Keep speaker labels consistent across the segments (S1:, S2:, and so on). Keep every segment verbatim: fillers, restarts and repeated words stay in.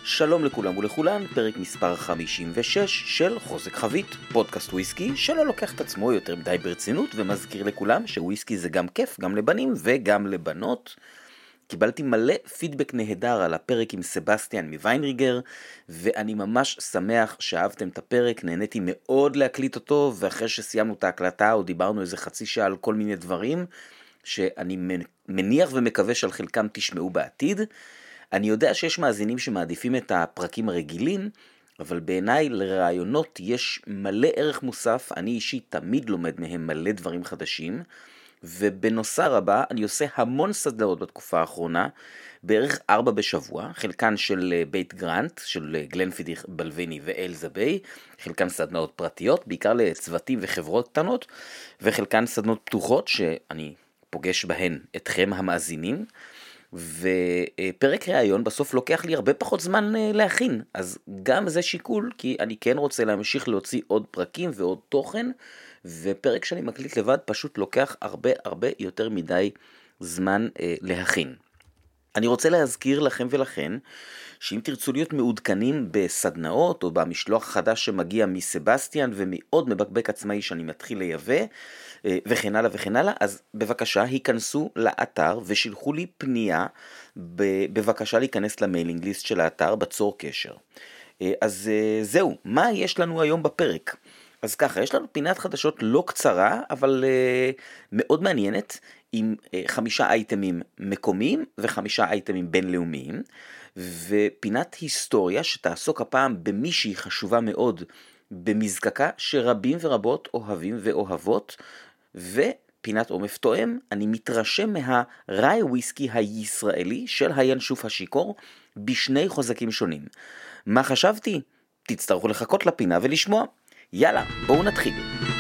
S1: שלום לכולם ולכולן, פרק מספר חמישים ושש של חוזק חבית, פודקאסט וויסקי שלא לוקח את עצמו יותר מדי ברצינות ומזכיר לכולם שוויסקי זה גם כיף, גם לבנים וגם לבנות. קיבלתי מלא פידבק נהדר על הפרק עם סבסטיאן מוויינריגר, ואני ממש שמח שאהבתם את הפרק, נהניתי מאוד להקליט אותו, ואחרי שסיימנו את ההקלטה או דיברנו איזה חצי שעה על כל מיני דברים, שאני מניח ומקווה שעל חלקם תשמעו בעתיד. אני יודע שיש מאזינים שמעדיפים את הפרקים הרגילים, אבל בעיניי לרעיונות יש מלא ערך מוסף, אני אישית תמיד לומד מהם מלא דברים חדשים, ובנוסה רבה אני עושה המון סדנאות בתקופה האחרונה, בערך ארבע בשבוע, חלקן של בית גרנט, של גלנפידיך בלוויני ואלזה ביי, חלקן סדנאות פרטיות, בעיקר לצוותים וחברות קטנות, וחלקן סדנאות פתוחות שאני פוגש בהן אתכם המאזינים, ופרק ראיון בסוף לוקח לי הרבה פחות זמן להכין, אז גם זה שיקול, כי אני כן רוצה להמשיך להוציא עוד פרקים ועוד תוכן, ופרק שאני מקליט לבד פשוט לוקח הרבה הרבה יותר מדי זמן אה, להכין. אני רוצה להזכיר לכם ולכן, שאם תרצו להיות מעודכנים בסדנאות או במשלוח חדש שמגיע מסבסטיאן ומעוד מבקבק עצמאי שאני מתחיל לייבא, וכן הלאה וכן הלאה, אז בבקשה היכנסו לאתר ושילחו לי פנייה, בבקשה להיכנס למיילינג ליסט של האתר בצור קשר. אז זהו, מה יש לנו היום בפרק? אז ככה, יש לנו פינת חדשות לא קצרה, אבל uh, מאוד מעניינת, עם uh, חמישה אייטמים מקומיים וחמישה אייטמים בינלאומיים, ופינת היסטוריה שתעסוק הפעם במישהי חשובה מאוד, במזקקה שרבים ורבות אוהבים ואוהבות, ופינת עומף תואם, אני מתרשם מהראי וויסקי הישראלי של הינשוף השיכור, בשני חוזקים שונים. מה חשבתי? תצטרכו לחכות לפינה ולשמוע. יאללה, בואו נתחיל.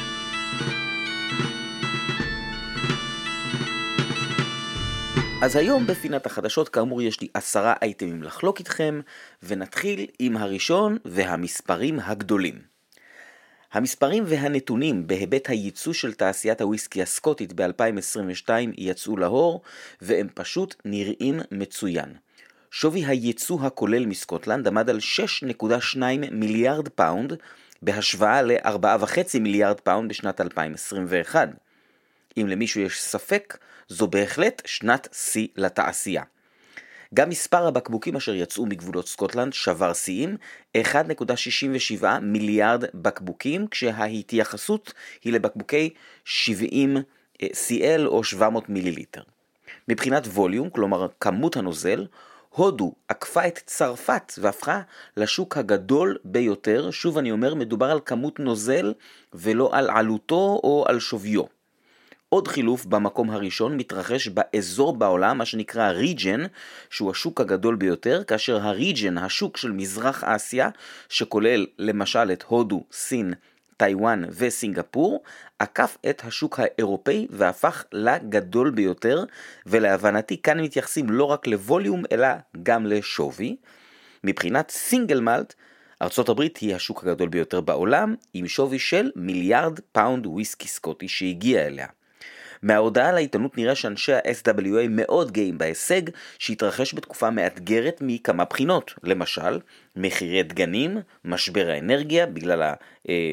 S1: אז היום בפינת החדשות כאמור יש לי עשרה אייטמים לחלוק איתכם, ונתחיל עם הראשון והמספרים הגדולים. המספרים והנתונים בהיבט הייצוא של תעשיית הוויסקי הסקוטית ב-אלפיים עשרים ושתיים יצאו לאור, והם פשוט נראים מצוין. שווי הייצוא הכולל מסקוטלנד עמד על שש נקודה שתיים מיליארד פאונד, בהשוואה ל-ארבע נקודה חמש מיליארד פאונד בשנת אלפיים עשרים ואחת. אם למישהו יש ספק, זו בהחלט שנת שיא לתעשייה. גם מספר הבקבוקים אשר יצאו מגבולות סקוטלנד שבר שיאים, אחד נקודה שישים ושבעה מיליארד בקבוקים, כשההתייחסות היא לבקבוקי שבעים סי אל או שבע מאות מיליליטר. מבחינת ווליום, כלומר כמות הנוזל, הודו עקפה את צרפת והפכה לשוק הגדול ביותר. שוב אני אומר, מדובר על כמות נוזל ולא על עלותו או על שוויו. עוד חילוף במקום הראשון מתרחש באזור בעולם, מה שנקרא ריג'ן, שהוא השוק הגדול ביותר, כאשר הריג'ן, השוק של מזרח אסיה, שכולל למשל את הודו, סין, טיואן וסינגפור, עקף את השוק האירופאי והפך לגדול ביותר, ולהבנתי כאן מתייחסים לא רק לווליום אלא גם לשווי. מבחינת סינגל מלט, ארצות הברית היא השוק הגדול ביותר בעולם, עם שווי של מיליארד פאונד וויסקי סקוטי שהגיע אליה. מההודעה לעיתונות נראה שאנשי ה-אס דאבליו איי מאוד גאים בהישג שהתרחש בתקופה מאתגרת מכמה בחינות, למשל מחירי דגנים, משבר האנרגיה בגלל ה...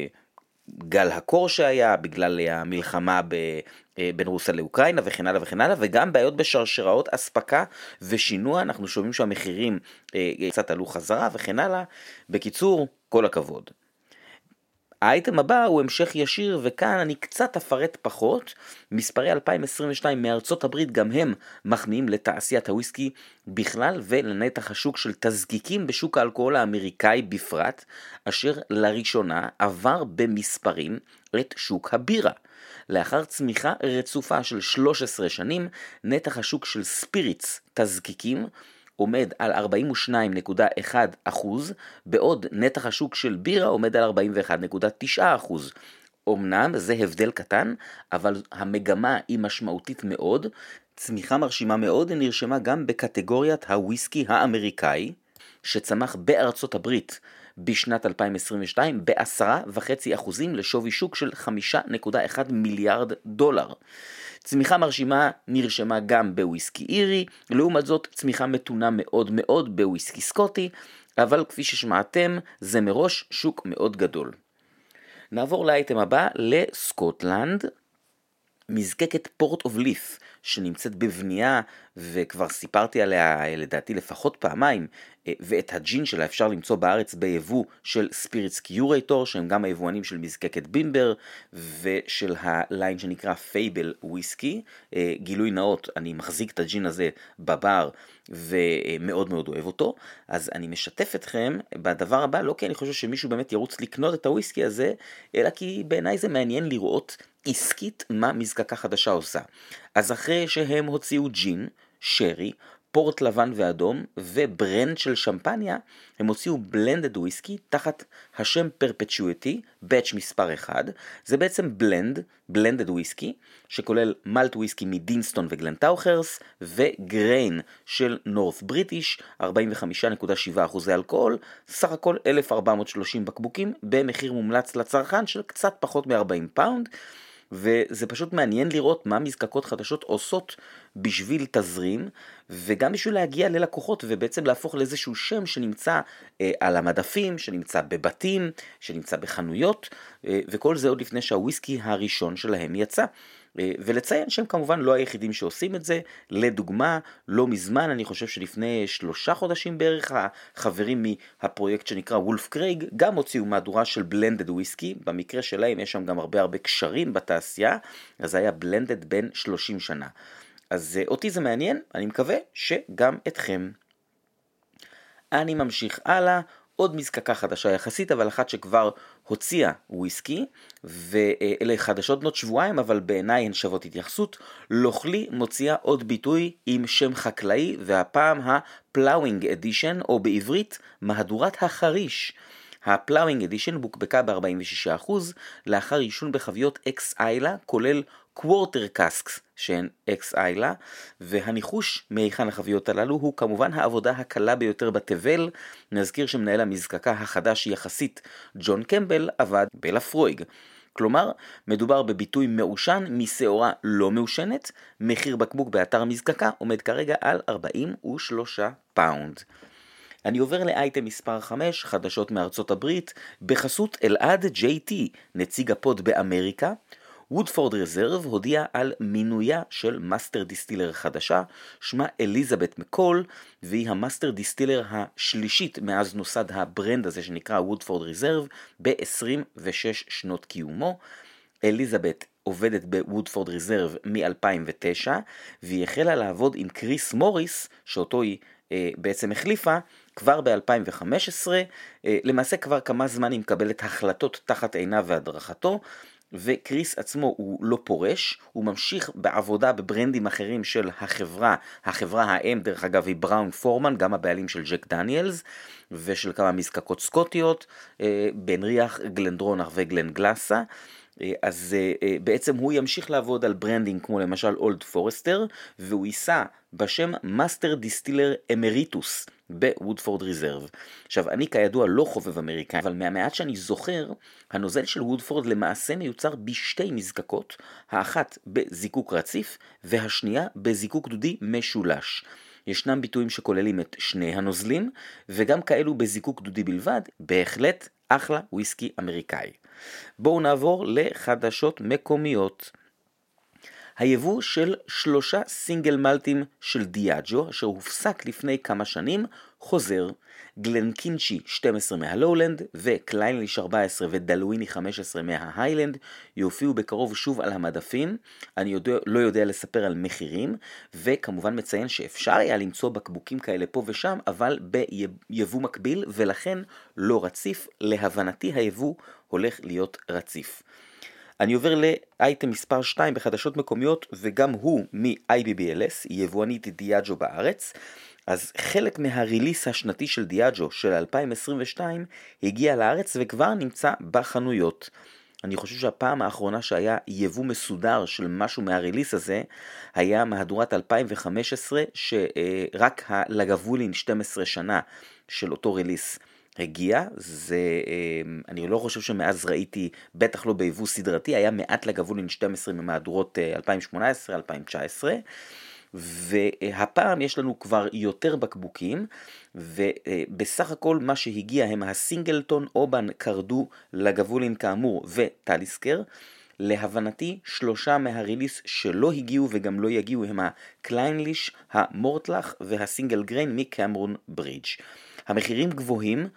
S1: גל הקור שהיה, בגלל המלחמה ב, בין רוסיה לאוקראינה וכן הלאה וכן הלאה, וגם בעיות בשרשראות אספקה ושינוע, אנחנו שומעים שהמחירים קצת עלו חזרה וכן הלאה. בקיצור, כל הכבוד. האייטם הבא הוא המשך ישיר, וכאן אני קצת אפרט פחות. מספרי אלפיים עשרים ושתיים מארצות הברית גם הם מחמיאים לתעשיית הוויסקי בכלל ולנתח השוק של תזקיקים בשוק האלכוהול האמריקאי בפרט, אשר לראשונה עבר במספרים את שוק הבירה. לאחר צמיחה רצופה של שלוש עשרה שנים, נתח השוק של ספיריטס תזקיקים עומד על ארבעים ושתיים נקודה אחת אחוז, בעוד נתח השוק של בירה עומד על ארבעים ואחת נקודה תשע אחוז. אמנם זה הבדל קטן, אבל המגמה היא משמעותית מאוד. צמיחה מרשימה מאוד נרשמה גם בקטגוריית הוויסקי האמריקאי, שצמח בארצות הברית בשנת אלפיים עשרים ושתיים ב-עשרה וחצי אחוזים לשווי שוק של חמישה נקודה אחת מיליארד דולר. צמיחה מרשימה נרשמה גם בוויסקי אירי, לעומת זאת צמיחה מתונה מאוד מאוד בוויסקי סקוטי, אבל כפי ששמעתם, זה מראש שוק מאוד גדול. נעבור לאייטם הבא, לסקוטלנד. מזקקת פורט אוף ליף, שנמצאת בבנייה, וכבר סיפרתי עליה לדעתי לפחות פעמיים, ואת הג'ין שלה אפשר למצוא בארץ ביבוא של ספיריטס קיורייטור, שהם גם היבואנים של מזקקת בימבר, ושל הליין שנקרא פייבל וויסקי. גילוי נאות, אני מחזיק את הג'ין הזה בבר, ומאוד מאוד אוהב אותו, אז אני משתף אתכם בדבר הבא, לא כי אני חושב שמישהו באמת ירוץ לקנות את הוויסקי הזה, אלא כי בעיניי זה מעניין לראות עסקית מה מזקקה חדשה עושה. אז אחרי שהם הוציאו ג'ין, שרי, פורט לבן ואדום וברנד של שמפניה, הם הוציאו בלנדד וויסקי תחת השם פרפצ'ואטי, באץ' מספר אחד. זה בעצם בלנד, בלנדד וויסקי, שכולל מלט וויסקי מדינסטון וגלנטאוכרס, וגריין של נורת' בריטיש, ארבעים וחמישה נקודה שבע אחוזי אלכוהול, סך הכל אלף ארבע מאות ושלושים בקבוקים, במחיר מומלץ לצרכן של קצת פחות מ-ארבעים פאונד, וזה פשוט מעניין לראות מה מזקקות חדשות עושות בשביל תזרים, וגם בשביל להגיע ללקוחות, ובעצם להפוך לאיזשהו שם שנמצא אה, על המדפים, שנמצא בבתים, שנמצא בחנויות, אה, וכל זה עוד לפני שהוויסקי הראשון שלהם יצא. אה, ולציין שהם כמובן לא היחידים שעושים את זה. לדוגמה, לא מזמן, אני חושב שלפני שלושה חודשים בערך, החברים מהפרויקט שנקרא וולף קרייג, גם הוציאו מהדורה של בלנדד וויסקי. במקרה שלהם יש שם גם הרבה הרבה קשרים בתעשייה, אז זה היה בלנדד בין שלושים שנה. אז אותי זה מעניין, אני מקווה שגם אתכם. אני ממשיך הלאה, עוד מזקקה חדשה יחסית, אבל אחת שכבר הוציאה וויסקי, ואלה חדשות בנות שבועיים, אבל בעיניי הן שוות התייחסות. לוכלי מוציאה עוד ביטוי עם שם חקלאי, והפעם ה-Plowing Edition, או בעברית, מהדורת החריש. ה-Plowing Edition בוקבקה ב-ארבעים ושישה אחוז, לאחר עישון בחביות אקס איילה, כולל קוורטר קאסקס שהן אקס איילה, והניחוש מהיכן החביות הללו הוא כמובן העבודה הקלה ביותר בתבל. נזכיר שמנהל המזקקה החדש יחסית, ג'ון קמבל, עבד בלפרויג. כלומר, מדובר בביטוי מעושן משעורה לא מעושנת. מחיר בקבוק באתר המזקקה עומד כרגע על ארבעים ושלושה פאונד. אני עובר לאייטם מספר חמש, חדשות מארצות הברית, בחסות אלעד ג'יי טי, נציג הפוד באמריקה. וודפורד רזרב הודיע על מינויה של מאסטר דיסטילר חדשה, שמה אליזבת מקול, והיא המאסטר דיסטילר השלישית מאז נוסד הברנד הזה שנקרא וודפורד רזרב, ב-עשרים ושש שנות קיומו. אליזבת עובדת בוודפורד רזרב מ-אלפיים ותשע, והיא החלה לעבוד עם קריס מוריס, שאותו היא אה, בעצם החליפה, כבר ב-אלפיים וחמש עשרה, אה, למעשה כבר כמה זמן היא מקבלת החלטות תחת עיניו והדרכתו, וקריס עצמו הוא לא פורש, הוא ממשיך בעבודה בברנדים אחרים של החברה, החברה האם דרך אגב היא בראון פורמן, גם הבעלים של ג'ק דניאלס, ושל כמה מזקקות סקוטיות, בנריח, גלנדרונח וגלן גלאסה. אז בעצם הוא ימשיך לעבוד על ברנדינג כמו למשל אולד פורסטר, והוא יישא בשם מאסטר דיסטילר אמריטוס בוודפורד ריזרב. עכשיו, אני כידוע לא חובב אמריקאי, אבל מהמעט שאני זוכר, הנוזל של וודפורד למעשה מיוצר בשתי מזקקות, האחת בזיקוק רציף והשנייה בזיקוק דודי משולש. ישנם ביטויים שכוללים את שני הנוזלים, וגם כאלו בזיקוק דודי בלבד, בהחלט אחלה וויסקי אמריקאי. בואו נעבור לחדשות מקומיות. היבוא של שלושה סינגל מלטים של דיאג'ו, אשר הופסק לפני כמה שנים, חוזר. גלנקינצ'י שתים עשרה מהלואולנד, וקליינליש ארבע עשרה ודלוויני חמש עשרה מההיילנד, יופיעו בקרוב שוב על המדפים. אני יודע, לא יודע לספר על מחירים, וכמובן מציין שאפשר היה למצוא בקבוקים כאלה פה ושם, אבל ביבוא מקביל, ולכן לא רציף. להבנתי היבוא הולך להיות רציף. אני עובר לאייטם מספר שתיים בחדשות מקומיות, וגם הוא מ-איי בי בי אל אס, יבואנית דיאג'ו בארץ. אז חלק מהריליס השנתי של דיאג'ו של אלפיים עשרים ושתיים הגיע לארץ וכבר נמצא בחנויות. אני חושב שהפעם האחרונה שהיה יבוא מסודר של משהו מהריליס הזה, היה מהדורת אלפיים וחמש עשרה, שרק הלגבולין שתים עשרה שנה של אותו ריליס הגיע. זה, אני לא חושב שמאז ראיתי, בטח לא ביבוא סדרתי, היה מעט לגבולין שתים עשרה ממהדורות אלפיים שמונה עשרה אלפיים תשע עשרה. והפעם יש לנו כבר יותר בקבוקים, ובסך הכל מה שהגיע הם הסינגלטון, אובן, קרדו, לגבולין כאמור וטליסקר. להבנתי שלושה מהריליס שלא הגיעו וגם לא יגיעו הם הקליינליש, המורטלח והסינגל גריין מקמרון ברידג'. המחירים גבוהים,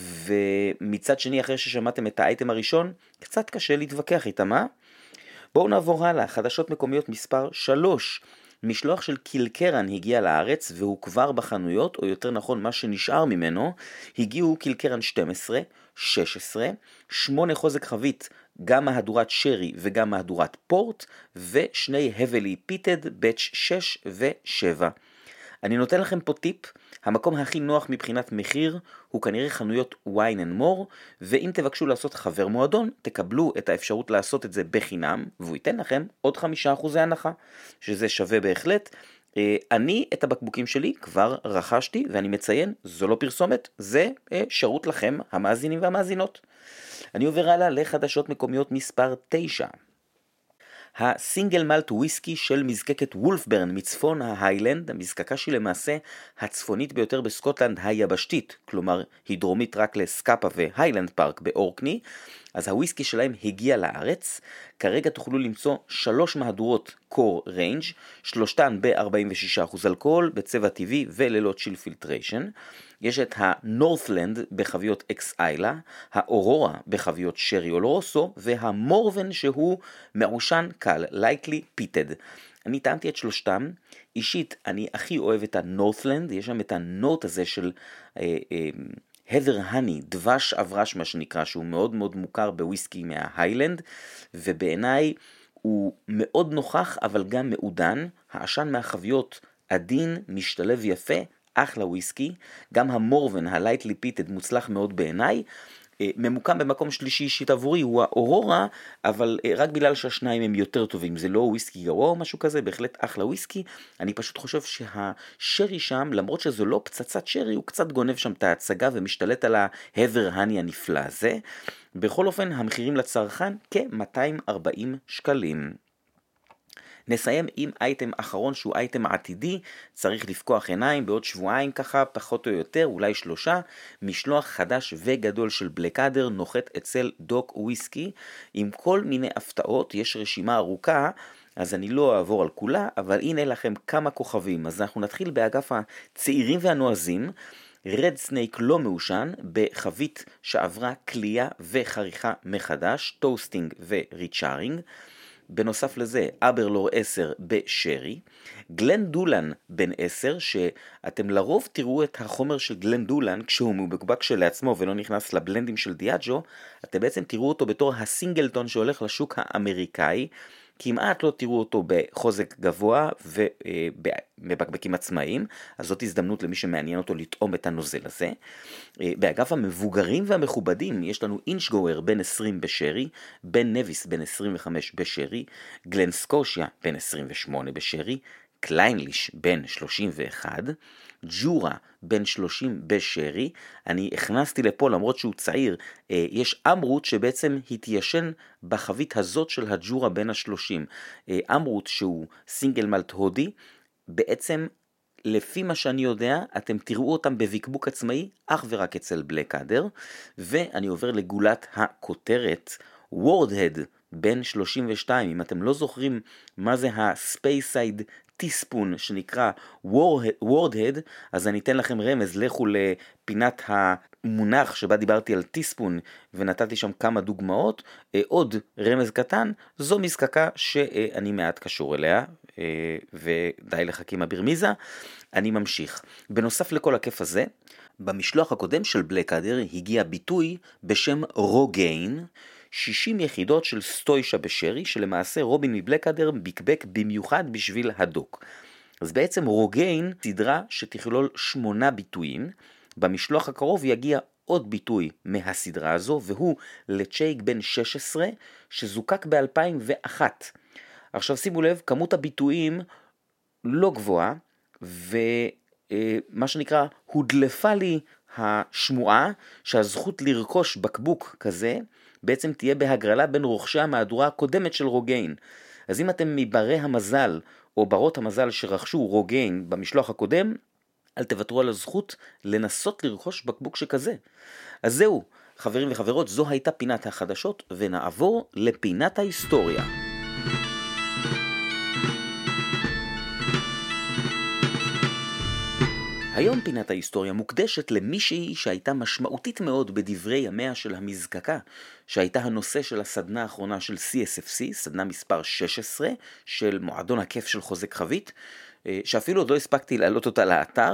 S1: ומצד שני אחרי ששמעתם את האייטם הראשון קצת קשה להתווכח איתם, אה? בואו נעבור הלאה. חדשות מקומיות מספר שלוש. משלוח של קילקרן הגיע לארץ והוא כבר בחנויות, או יותר נכון מה שנשאר ממנו. הגיעו קילקרן שתים עשרה, שש עשרה, שמונה חוזק חבית, גם מהדורת שרי וגם מהדורת פורט, ושני הבלי פיטד בץ' שש ו-שבע. אני נותן לכם פה טיפ, המקום הכי נוח מבחינת מחיר הוא כנראה חנויות ויין אנד מור, ואם תבקשו לעשות חבר מועדון, תקבלו את האפשרות לעשות את זה בחינם, והוא ייתן לכם עוד חמישה אחוזי הנחה, שזה שווה בהחלט. אני את הבקבוקים שלי כבר רכשתי, ואני מציין, זו לא פרסומת, זה שירות לכם, המאזינים והמאזינות. אני עובר הלאה לחדשות מקומיות מספר תשע. הסינגל מלט וויסקי של מזקקת וולפברן מצפון ההיילנד, המזקקה שהיא למעשה הצפונית ביותר בסקוטלנד היבשתית, כלומר היא דרומית רק לסקאפה והיילנד פארק באורקני, אז הוויסקי שלהם הגיע לארץ. כרגע תוכלו למצוא שלוש מהדורות קור ריינג', שלושתן ב-ארבעים ושישה אחוז אלכוהול, בצבע טבעי וללא צ'יל פילטריישן. יש את הנורת'לנד בחביות אקס איילה, האורורה בחביות שרי אולרוסו, והמורבן שהוא מעושן קל, lightly pitted. אני טעמתי את שלושתם. אישית אני הכי אוהב את הנורת'לנד, יש שם את הנוט הזה של אה, אה, הדר הני, דבש אברש מה שנקרא, שהוא מאוד מאוד מוכר בוויסקי מההיילנד, ובעיניי הוא מאוד נוכח אבל גם מעודן. העשן מהחביות עדין, משתלב יפה, אחלה וויסקי. גם המורבן, הלייטלי פיטד, מוצלח מאוד בעיניי. ממוקם במקום שלישי אישית עבורי הוא האורורה, אבל רק בגלל שהשניים הם יותר טובים. זה לא וויסקי גרוע או משהו כזה, בהחלט אחלה וויסקי. אני פשוט חושב שהשרי שם, למרות שזו לא פצצת שרי, הוא קצת גונב שם את ההצגה ומשתלט על ההבר הני הנפלא הזה. בכל אופן, המחירים לצרכן כ-מאתיים וארבעים שקלים. נסיים עם אייטם אחרון שהוא אייטם עתידי, צריך לפקוח עיניים בעוד שבועיים ככה, פחות או יותר, אולי שלושה. משלוח חדש וגדול של בלקאדר נוחת אצל דוק וויסקי, עם כל מיני הפתעות, יש רשימה ארוכה, אז אני לא אעבור על כולה, אבל הנה לכם כמה כוכבים. אז אנחנו נתחיל באגף הצעירים והנועזים. רד סנייק לא מעושן, בחבית שעברה קלייה וחריכה מחדש, טוסטינג וריצ'ארינג. בנוסף לזה, אברלור עשר בשרי, גלן דולן בן עשר, שאתם לרוב תראו את החומר של גלן דולן, כשהוא מבוקבק שלעצמו ולא נכנס לבלנדים של דיאג'ו, אתם בעצם תראו אותו בתור הסינגלטון שהולך לשוק האמריקאי, כמעט לא תראו אותו בחוזק גבוה ובבקבקים עצמאיים, אז זאת הזדמנות למי שמעניין אותו לטעום את הנוזל הזה. באגף המבוגרים והמכובדים יש לנו אינשגוור בן עשרים בשרי, בן נביס בן עשרים וחמש בשרי, גלן סקושיה בן עשרים ושמונה בשרי, קליינליש בן שלושים ואחת, ג'ורה בן שלושים בשרי. אני הכנסתי לפה למרות שהוא צעיר, יש אמרות שבעצם התיישן בחבית הזאת של הג'ורה בן השלושים. אמרות שהוא סינגל מלט הודי, בעצם לפי מה שאני יודע אתם תראו אותם בבקבוק עצמאי אך ורק אצל בלקאדר. ואני עובר לגולת הכותרת, וורדהד בן שלושים ושתיים. אם אתם לא זוכרים מה זה הספייסייד טיספון שנקרא וורדהד, אז אני אתן לכם רמז, לכו לפינת המונח שבה דיברתי על טיספון ונתתי שם כמה דוגמאות. עוד רמז קטן, זו מזקקה שאני מעט קשור אליה, ודי לחכים הברמיזה. אני ממשיך. בנוסף לכל הכיף הזה, במשלוח הקודם של בלקאדר הגיע ביטוי בשם רוגיין, שישים יחידות של סטוישה בשרי, שלמעשה רובין מבלקאדר ביקבק במיוחד בשביל הדוק. אז בעצם רוגיין סדרה שתכלול שמונה ביטויים. במשלוח הקרוב יגיע עוד ביטוי מהסדרה הזו, והוא לצ'ייק בן שש עשרה שזוקק ב-אלפיים ואחת. עכשיו שימו לב, כמות הביטויים לא גבוהה, ומה שנקרא הודלפה לי השמועה שהזכות לרכוש בקבוק כזה בעצם תהיה בהגרלה בין רוכשי המהדורה הקודמת של רוגיין. אז אם אתם מברי המזל או ברות המזל שרכשו רוגיין במשלוח הקודם, אל תוותרו על הזכות לנסות לרכוש בקבוק שכזה. אז זהו, חברים וחברות, זו הייתה פינת החדשות, ונעבור לפינת ההיסטוריה. היום פינת ההיסטוריה מוקדשת למישהי שהייתה משמעותית מאוד בדברי ימיה של המזקקה, שהייתה הנושא של הסדנה האחרונה של סי אס אף סי, סדנה מספר שש עשרה של מועדון הכיף של חוזק חבית, שאפילו עוד לא הספקתי להעלות אותה לאתר,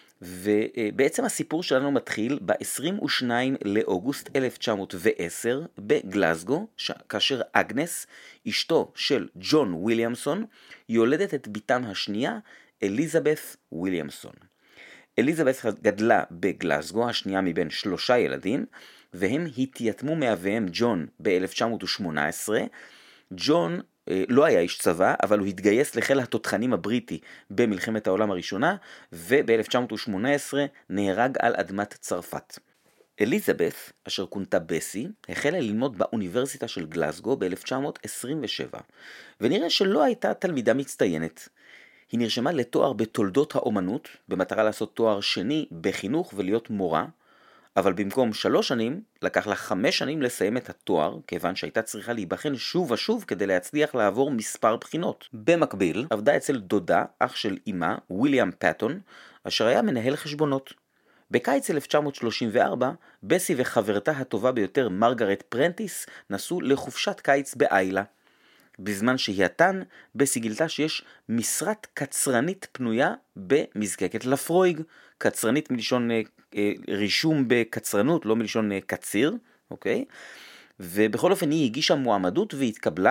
S1: ובעצם הסיפור שלנו מתחיל ב-עשרים ושניים לאוגוסט אלף תשע מאות ועשר בגלזגו, כאשר אגנס, אשתו של ג'ון וויליאמסון, יולדת את ביתם השנייה, אליזבת וויליאמסון. אליזבת גדלה בגלזגו, השנייה מבין שלושה ילדים, והם התייתמו מאביהם ג'ון ב-אלף תשע מאות ושמונה עשרה. ג'ון אה, לא היה איש צבא, אבל הוא התגייס לחיל התותחנים הבריטי במלחמת העולם הראשונה, וב-אלף תשע מאות ושמונה עשרה נהרג על אדמת צרפת. אליזבת, אשר כונתה בסי, החלה ללמוד באוניברסיטה של גלזגו ב-אלף תשע מאות עשרים ושבע, ונראה שלא הייתה תלמידה מצטיינת. היא נרשמה לתואר בתולדות האומנות, במטרה לעשות תואר שני בחינוך ולהיות מורה, אבל במקום שלוש שנים, לקח לה חמש שנים לסיים את התואר, כיוון שהייתה צריכה להיבחן שוב ושוב כדי להצליח לעבור מספר בחינות. במקביל, עבדה אצל דודה, אח של אמה, וויליאם פטון, אשר היה מנהל חשבונות. בקיץ אלף תשע מאות שלושים וארבע, בסי וחברתה הטובה ביותר, מרגרט פרנטיס, נסעו לחופשת קיץ באיילה. בזמן שהייתן, בסי גילתה שיש משרת קצרנית פנויה במזקקת לפרויג, קצרנית מלשון אה, אה, רישום בקצרנות, לא מלשון אה, קציר, אוקיי? ובכל אופן היא הגישה מועמדות והתקבלה,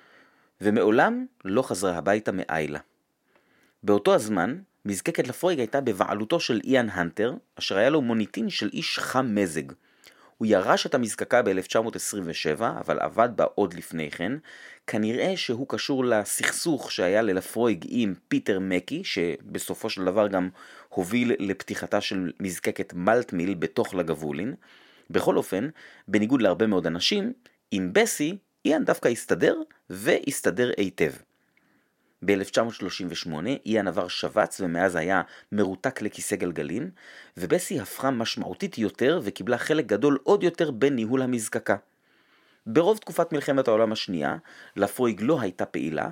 S1: ומעולם לא חזרה הביתה מאיילה. באותו הזמן, מזקקת לפרויג הייתה בבעלותו של איאן הנטר, אשר היה לו מוניטין של איש חם מזג. הוא ירש את המזקקה ב-אלף תשע מאות עשרים ושבע, אבל עבד בה עוד לפני כן. כנראה שהוא קשור לסכסוך שהיה ללפרויג עם פיטר מקי, שבסופו של דבר גם הוביל לפתיחתה של מזקקת מלטמיל בתוך לגבולין. בכל אופן, בניגוד להרבה מאוד אנשים, עם בסי, איאן דווקא הסתדר, והסתדר היטב. ב-אלף תשע מאות שלושים ושמונה איאן עבר שבץ ומאז היה מרותק לכיסא גלגלים, ובסי הפכה משמעותית יותר וקיבלה חלק גדול עוד יותר בניהול המזקקה. ברוב תקופת מלחמת העולם השנייה, לפרויג לא הייתה פעילה,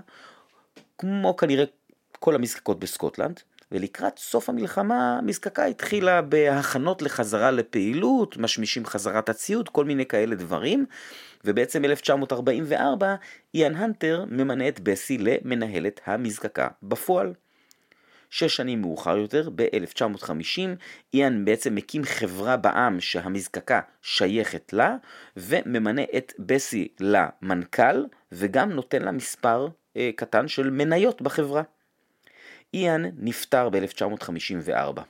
S1: כמו כנראה כל המזקקות בסקוטלנד, ולקראת סוף המלחמה המזקקה התחילה בהכנות לחזרה לפעילות, משמישים חזרת הציוד, כל מיני כאלה דברים, ובעצם אלף תשע מאות ארבעים וארבע איאן הנטר ממנה את בסי למנהלת המזקקה בפועל. שש שנים מאוחר יותר, ב-אלף תשע מאות חמישים, איאן בעצם מקים חברה בעם שהמזקקה שייכת לה, וממנה את בסי למנכ"ל, וגם נותן לה מספר אה, קטן של מניות בחברה. איאן נפטר ב-אלף תשע מאות חמישים וארבע.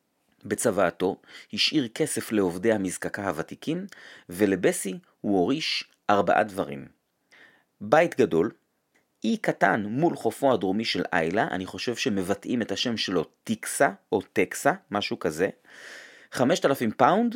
S1: בצוואתו השאיר כסף לעובדי המזקקה הוותיקים, ולבסי הוא הוריש ארבעה דברים. בית גדול, אי קטן מול חופו הדרומי של איילה, אני חושב שמבטאים את השם שלו טיקסה או טקסה, משהו כזה, חמשת אלפים פאונד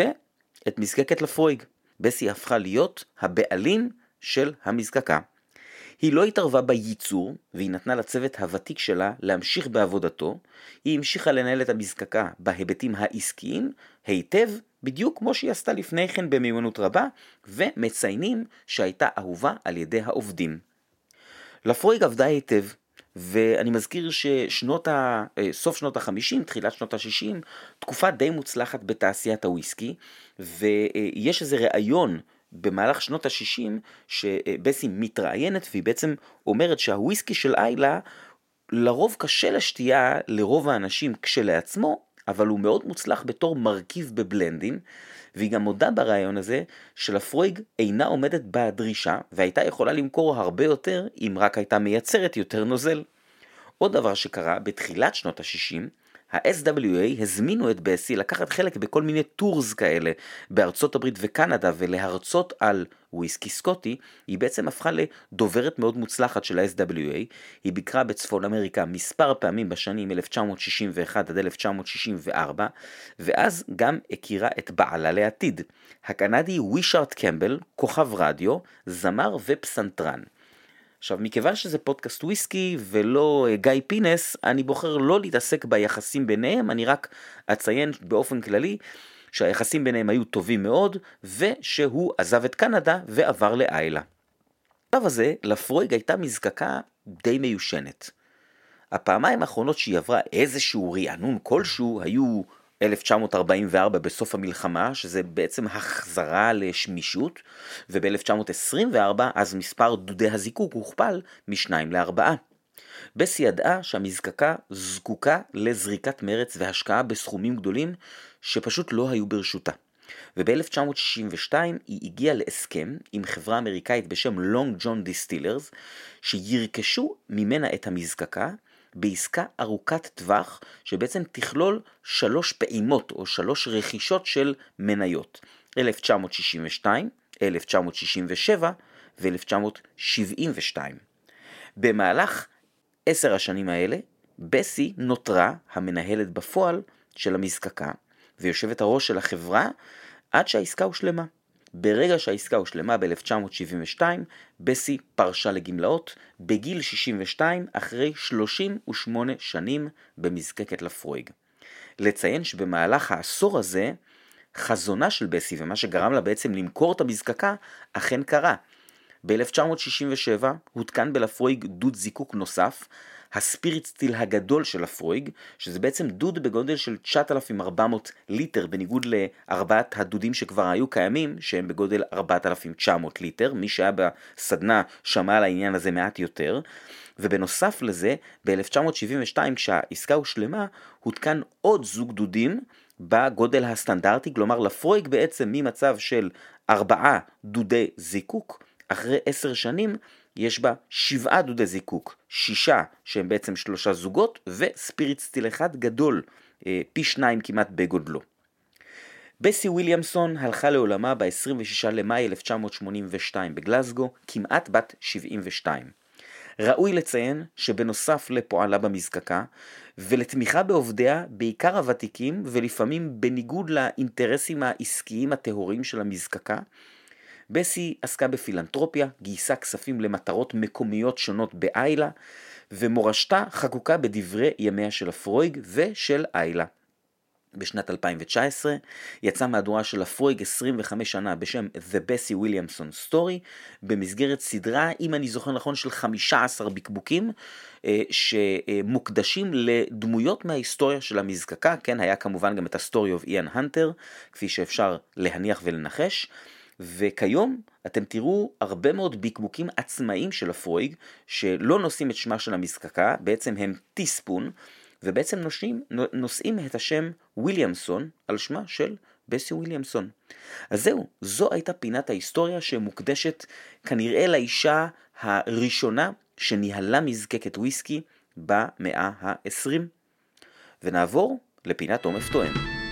S1: ואת מזקקת לפרויג. בסי הפכה להיות הבעלים של המזקקה. היא לא התערבה בייצור, והיא נתנה לצוות הוותיק שלה להמשיך בעבודתו. היא המשיכה לנהל את המזקקה בהיבטים העסקיים, היטב, בדיוק כמו שהיא עשתה לפני כן במיומנות רבה, ומציינים שהייתה אהובה על ידי העובדים. לפרויג עבדה היטב, ואני מזכיר ששנות ה... סוף שנות ה-חמישים, תחילת שנות ה-שישים, תקופה די מוצלחת בתעשיית הוויסקי, ויש איזה רעיון במהלך שנות ה-שישים שבסי מתראיינת, והיא בעצם אומרת שהוויסקי של איילה לרוב קשה לשתייה לרוב האנשים כשלעצמו, אבל הוא מאוד מוצלח בתור מרכיב בבלנדים, והיא גם מודה ברעיון הזה שלפרויג אינה עומדת בדרישה, והייתה יכולה למכור הרבה יותר אם רק הייתה מייצרת יותר נוזל. עוד דבר שקרה בתחילת שנות ה-שישים, ה-אס דאבליו איי הזמינו את בסי לקחת חלק בכל מיני טורס כאלה בארצות הברית וקנדה, ולהרצות על וויסקי סקוטי. היא בעצם הפכה לדוברת מאוד מוצלחת של ה-אס דאבליו איי. היא ביקרה בצפון אמריקה מספר פעמים בשנים אלף תשע מאות שישים ואחת עד אלף תשע מאות שישים וארבע, ואז גם הכירה את בעלה לעתיד, הקנדי ווישארד קמבל, כוכב רדיו, זמר ופסנתרן. עכשיו, מכיוון שזה פודקאסט וויסקי ולא אה, גיא פינס, אני בוחר לא להתעסק ביחסים ביניהם, אני רק אציין באופן כללי שהיחסים ביניהם היו טובים מאוד, ושהוא עזב את קנדה ועבר לאיילה. בשלב הזה, לפרויג הייתה מזקקה די מיושנת. הפעמיים האחרונות שהיא עברה איזשהו רענון כלשהו היו אלף תשע מאות ארבעים וארבע בסוף המלחמה, שזה בעצם החזרה לשמישות, וב-אלף תשע מאות עשרים וארבע אז מספר דודי הזיקוק הוכפל משניים לארבעה. בסי ידעה שהמזקקה זקוקה לזריקת מרץ והשקעה בסכומים גדולים שפשוט לא היו ברשותה. וב-אלף תשע מאות שישים ושתיים היא הגיעה להסכם עם חברה אמריקאית בשם לונג ג'ון דיסטילרס, שירכשו ממנה את המזקקה בעסקה ארוכת טווח, שבעצם תכלול שלוש פעימות או שלוש רכישות של מניות, אלף תשע מאות שישים ושתיים, אלף תשע מאות שישים ושבע ו-אלף תשע מאות שבעים ושתיים. במהלך עשר השנים האלה, בסי נותרה המנהלת בפועל של המזקקה, ויושבת הראש של החברה עד שהעסקה הושלמה. ברגע שהעסקה הושלמה ב-אלף תשע מאות שבעים ושתיים, בסי פרשה לגמלאות בגיל שישים ושתיים אחרי שלושים ושמונה שנים במזקקת לפרויג. לציין שבמהלך העשור הזה, חזונה של בסי ומה שגרם לה בעצם למכור את המזקקה אכן קרה. ב-אלף תשע מאות שישים ושבע הותקן בלפרויג דוד זיקוק נוסף, הספיריט סטיל הגדול של לפרויג, שזה בעצם דוד בגודל של תשעת אלפים וארבע מאות ליטר, בניגוד לארבעת הדודים שכבר היו קיימים, שהם בגודל ארבעת אלפים ותשע מאות ליטר, מי שהיה בסדנה שמע על העניין הזה מעט יותר, ובנוסף לזה, ב-אלף תשע מאות שבעים ושתיים כשהעסקה הושלמה, הותקן עוד זוג דודים בגודל הסטנדרטי, כלומר לפרויג בעצם ממצב של ארבעה דודי זיקוק, אחרי עשר שנים יש בה שבעה דודי זיקוק, שישה שהם בעצם שלושה זוגות, וספיריט סטיל אחד גדול, פי שניים כמעט בגודלו. בסי וויליאמסון הלכה לעולמה ב-עשרים ושישה למאי אלף תשע מאות שמונים ושתיים בגלזגו, כמעט בת שבעים ושתיים. ראוי לציין שבנוסף לפועלה במזקקה, ולתמיכה בעובדיה, בעיקר הוותיקים, ולפעמים בניגוד לאינטרסים העסקיים הטהורים של המזקקה, בסי עסקה בפילנטרופיה, גייסה כספים למטרות מקומיות שונות באיילה, ומורשתה חקוקה בדברי ימיה של לפרויג ושל איילה. בשנת אלפיים תשע עשרה יצאה מהדורה של לפרויג עשרים וחמש שנה בשם The Bessie Williamson Story, במסגרת סדרה, אם אני זוכר נכון, של חמישה עשר בקבוקים, שמוקדשים לדמויות מההיסטוריה של המזקקה. כן, היה כמובן גם את ה-Story of Ian Hunter, כפי שאפשר להניח ולנחש, וכיום אתם תראו הרבה מאוד בקבוקים עצמאיים של לפרויג, שלא נושאים את שמה של המזקקה, בעצם הם טיספון, ובעצם נושאים, נושאים את השם וויליאמסון על שמה של בסי וויליאמסון. אז זהו, זו הייתה פינת ההיסטוריה שמוקדשת כנראה לאישה הראשונה שניהלה מזקקת וויסקי במאה ה-עשרים. ונעבור לפינת עומף תואם.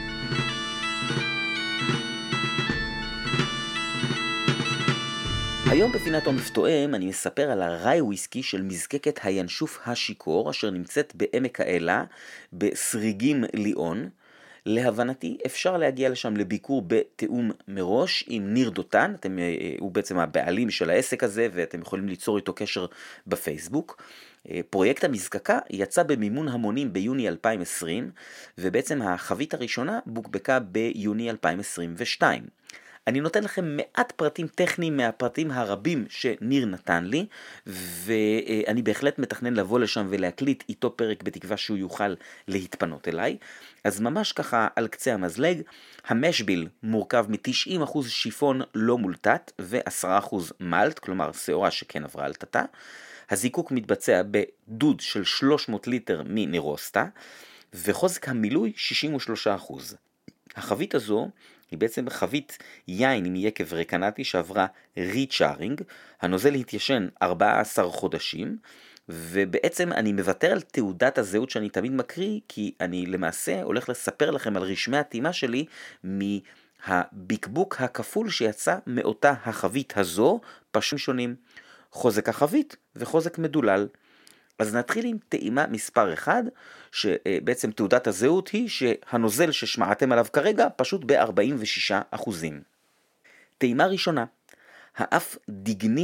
S1: היום בפינת עומף תואם אני מספר על הרי וויסקי של מזקקת הינשוף השיכור, אשר נמצאת בעמק האלה בסריגים ליאון. להבנתי אפשר להגיע לשם לביקור בתאום מראש עם ניר דותן, אתם, הוא בעצם הבעלים של העסק הזה ואתם יכולים ליצור איתו קשר בפייסבוק. פרויקט המזקקה יצא במימון המונים ביוני אלפיים ועשרים, ובעצם החבית הראשונה בוקבקה ביוני אלפיים עשרים ושתיים. אני נותן לכם מעט פרטים טכניים מהפרטים הרבים שניר נתן לי, ואני בהחלט מתכנן לבוא לשם ולהקליט איתו פרק בתקווה שהוא יוכל להתפנות אליי. אז ממש ככה על קצה המזלג, המשביל מורכב מ-תשעים אחוז שיפון לא מולטט ו-עשרה אחוז מלט, כלומר שעורה שכן עברה על תתה. הזיקוק מתבצע בדוד של שלוש מאות ליטר מנרוסטה, וחוזק המילוי שישים ושלושה אחוז. החבית הזו היא בעצם חבית יין עם יקב רקנטי שעברה ריצ'ארינג, הנוזל התיישן ארבעה עשר חודשים, ובעצם אני מוותר על תעודת הזהות שאני תמיד מקריא, כי אני למעשה הולך לספר לכם על רשמי הטעימה שלי מהבקבוק הכפול שיצא מאותה החבית הזו, פשוט שונים, חוזק החבית וחוזק מדולל. אז נתחיל עם טעימה מספר אחד, שבעצם תעודת הזהות היא שהנוזל ששמעתם עליו כרגע פשוט ב-ארבעים ושישה אחוזים. טעימה ראשונה, האף דגני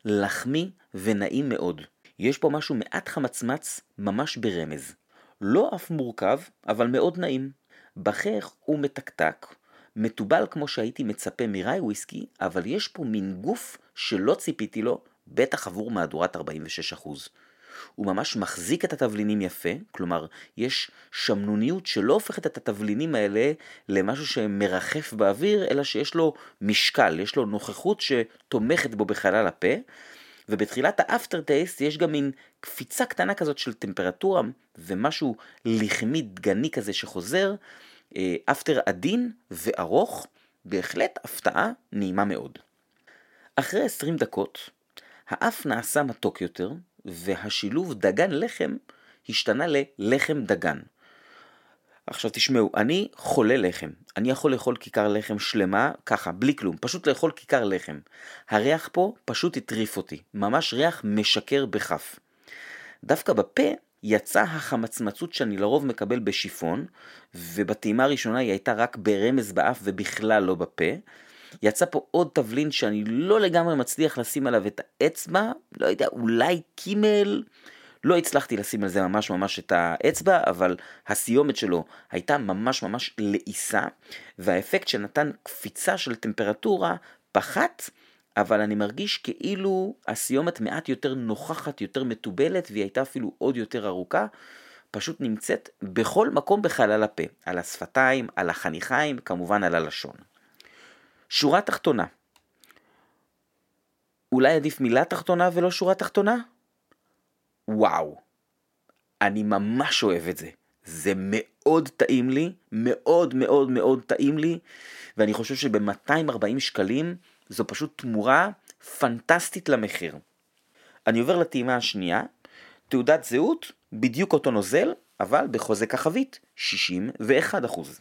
S1: לחמי ונעים מאוד. יש פה משהו מעט חמצמץ ממש ברמז. לא אף מורכב, אבל מאוד נעים. בכך הוא מתקתק, מטובל כמו שהייתי מצפה מראי וויסקי, אבל יש פה מין גוף שלא ציפיתי לו, בטח עבור מהדורת ארבעים ושש אחוז. הוא ממש מחזיק את התבלינים יפה, כלומר יש שמנוניות שלא הופכת את התבלינים האלה למשהו שמרחף באוויר, אלא שיש לו משקל, יש לו נוכחות שתומכת בו בחלל הפה, ובתחילת האפטר טייסט יש גם מין קפיצה קטנה כזאת של טמפרטורה, ומשהו לחמי דגני כזה שחוזר, אפטר עדין וארוך, בהחלט הפתעה נעימה מאוד. אחרי עשרים דקות, האף נעשה מתוק יותר, והשילוב דגן לחם השתנה ללחם דגן. עכשיו תשמעו, אני חולה לחם. אני יכול לאכול כיכר לחם שלמה, ככה, בלי כלום, פשוט לאכול כיכר לחם. הריח פה פשוט הטריף אותי, ממש ריח משקר בחף. דווקא בפה יצא החמצמצות שאני לרוב מקבל בשיפון, ובטעימה הראשונה היא הייתה רק ברמז באף ובכלל לא בפה. יצא פה עוד תבלין שאני לא לגמרי מצליח לשים עליו את האצבע, לא יודע, אולי קימל, לא הצלחתי לשים על זה ממש ממש את האצבע, אבל הסיומת שלו הייתה ממש ממש לעיסה, והאפקט שנתן קפיצה של טמפרטורה פחת, אבל אני מרגיש כאילו הסיומת מעט יותר נוכחת, יותר מטובלת, והיא הייתה אפילו עוד יותר ארוכה, פשוט נמצאת בכל מקום בחלל הפה, על השפתיים, על החניכיים, כמובן על הלשון. שורה תחתונה. אולי עדיף מילה תחתונה ולא שורה תחתונה? וואו. אני ממש אוהב את זה. זה מאוד טעים לי, מאוד מאוד מאוד טעים לי, ואני חושב שב-מאתיים וארבעים שקלים זו פשוט תמורה פנטסטית למחיר. אני עובר לטעימה השנייה, תעודת זהות, בדיוק אותו נוזל, אבל בחוזק החבית, שישים ואחד אחוז.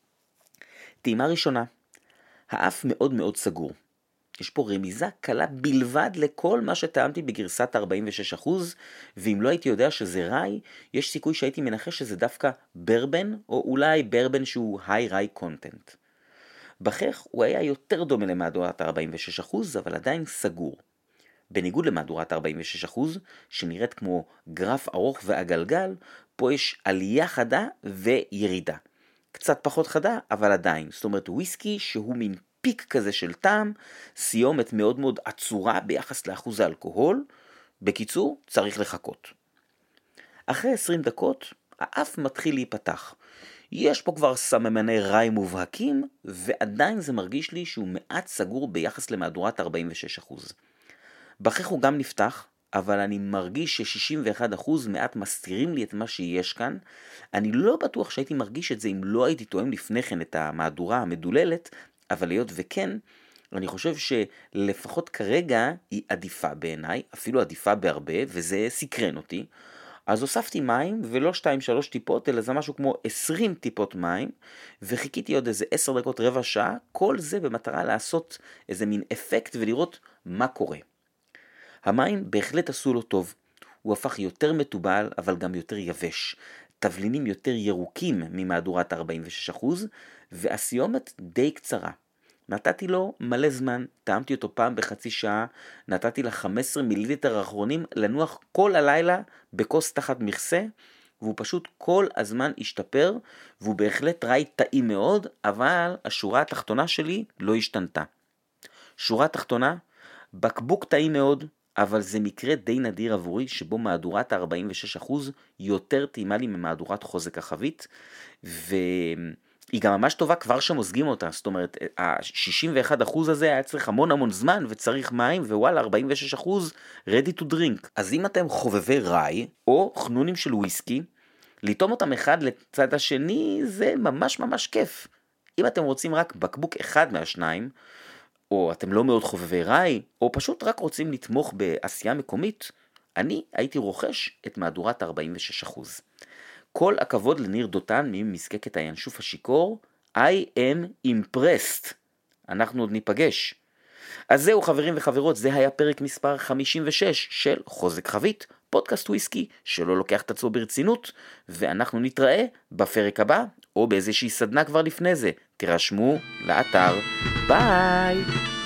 S1: טעימה ראשונה. האף מאוד מאוד סגור. יש פה רמיזה קלה בלבד לכל מה שטעמתי בגרסת ארבעים ושש אחוז, ואם לא הייתי יודע שזה ראי, יש סיכוי שהייתי מנחש שזה דווקא ברבן, או אולי ברבן שהוא היי ראי קונטנט. בכך הוא היה יותר דומה למהדורת ארבעים ושש אחוז, אבל עדיין סגור. בניגוד למהדורת ארבעים ושש אחוז, שנראית כמו גרף ארוך ועגלגל, פה יש עלייה חדה וירידה. קצת פחות חדה, אבל עדיין. זאת אומרת, וויסקי שהוא מין פיק כזה של טעם, סיומת מאוד מאוד עצורה ביחס לאחוז האלכוהול. בקיצור, צריך לחכות. אחרי עשרים דקות, האף מתחיל להיפתח. יש פה כבר סממני ראי מובהקים, ועדיין זה מרגיש לי שהוא מעט סגור ביחס למהדורת ארבעים ושש אחוז. בכך הוא גם נפתח, אבל אני מרגיש ש-שישים ואחד אחוז מעט מסתירים לי את מה שיש כאן. אני לא בטוח שהייתי מרגיש את זה אם לא הייתי טועם לפני כן את המהדורה המדוללת, אבל להיות וכן, אני חושב שלפחות כרגע היא עדיפה בעיניי, אפילו עדיפה בהרבה, וזה סקרן אותי. אז הוספתי מים, ולא שתיים שלוש טיפות, אלא זה משהו כמו עשרים טיפות מים, וחיכיתי עוד איזה עשר דקות רבע שעה, כל זה במטרה לעשות איזה מין אפקט ולראות מה קורה. המים בהחלט עשו לו טוב, הוא הפך יותר מטובל אבל גם יותר יבש, תבלינים יותר ירוקים ממהדורת ארבעים ושש אחוז, והסיומת די קצרה. נתתי לו מלא זמן, טעמתי אותו פעם בחצי שעה, נתתי ל-חמישה עשר מיליליטר האחרונים לנוח כל הלילה בכוס תחת מכסה, והוא פשוט כל הזמן השתפר, והוא בהחלט ראי טעים מאוד, אבל השורה התחתונה שלי לא השתנתה. שורה תחתונה, בקבוק טעים מאוד, אבל זה מקרה די נדיר עבורי שבו מהדורת ה-ארבעים ושש אחוז יותר טעימה לי ממהדורת חוזק החבית, והיא גם ממש טובה כבר שמוזגים אותה, זאת אומרת, ה-שישים ואחד אחוז הזה היה צריך המון המון זמן וצריך מים, ווואלה, ארבעים ושש אחוז ready to drink. אז אם אתם חובבי ראי או חנונים של וויסקי, לטעום אותם אחד לצד השני זה ממש ממש כיף. אם אתם רוצים רק בקבוק אחד מהשניים, או אתם לא מאוד חובבי ראי, או פשוט רק רוצים לתמוך בעשייה מקומית, אני הייתי רוכש את מהדורת ארבעים ושש אחוז. כל הכבוד לניר דותן ממזקקת הינשוף השיקור, I am impressed. אנחנו עוד ניפגש. אז זהו חברים וחברות, זה היה פרק מספר חמישים ושש של חוזק חבית, פודקאסט וויסקי שלא לוקח את עצמו ברצינות, ואנחנו נתראה בפרק הבא, או באיזושהי סדנה כבר לפני זה. תירשמו לאתר. ביי!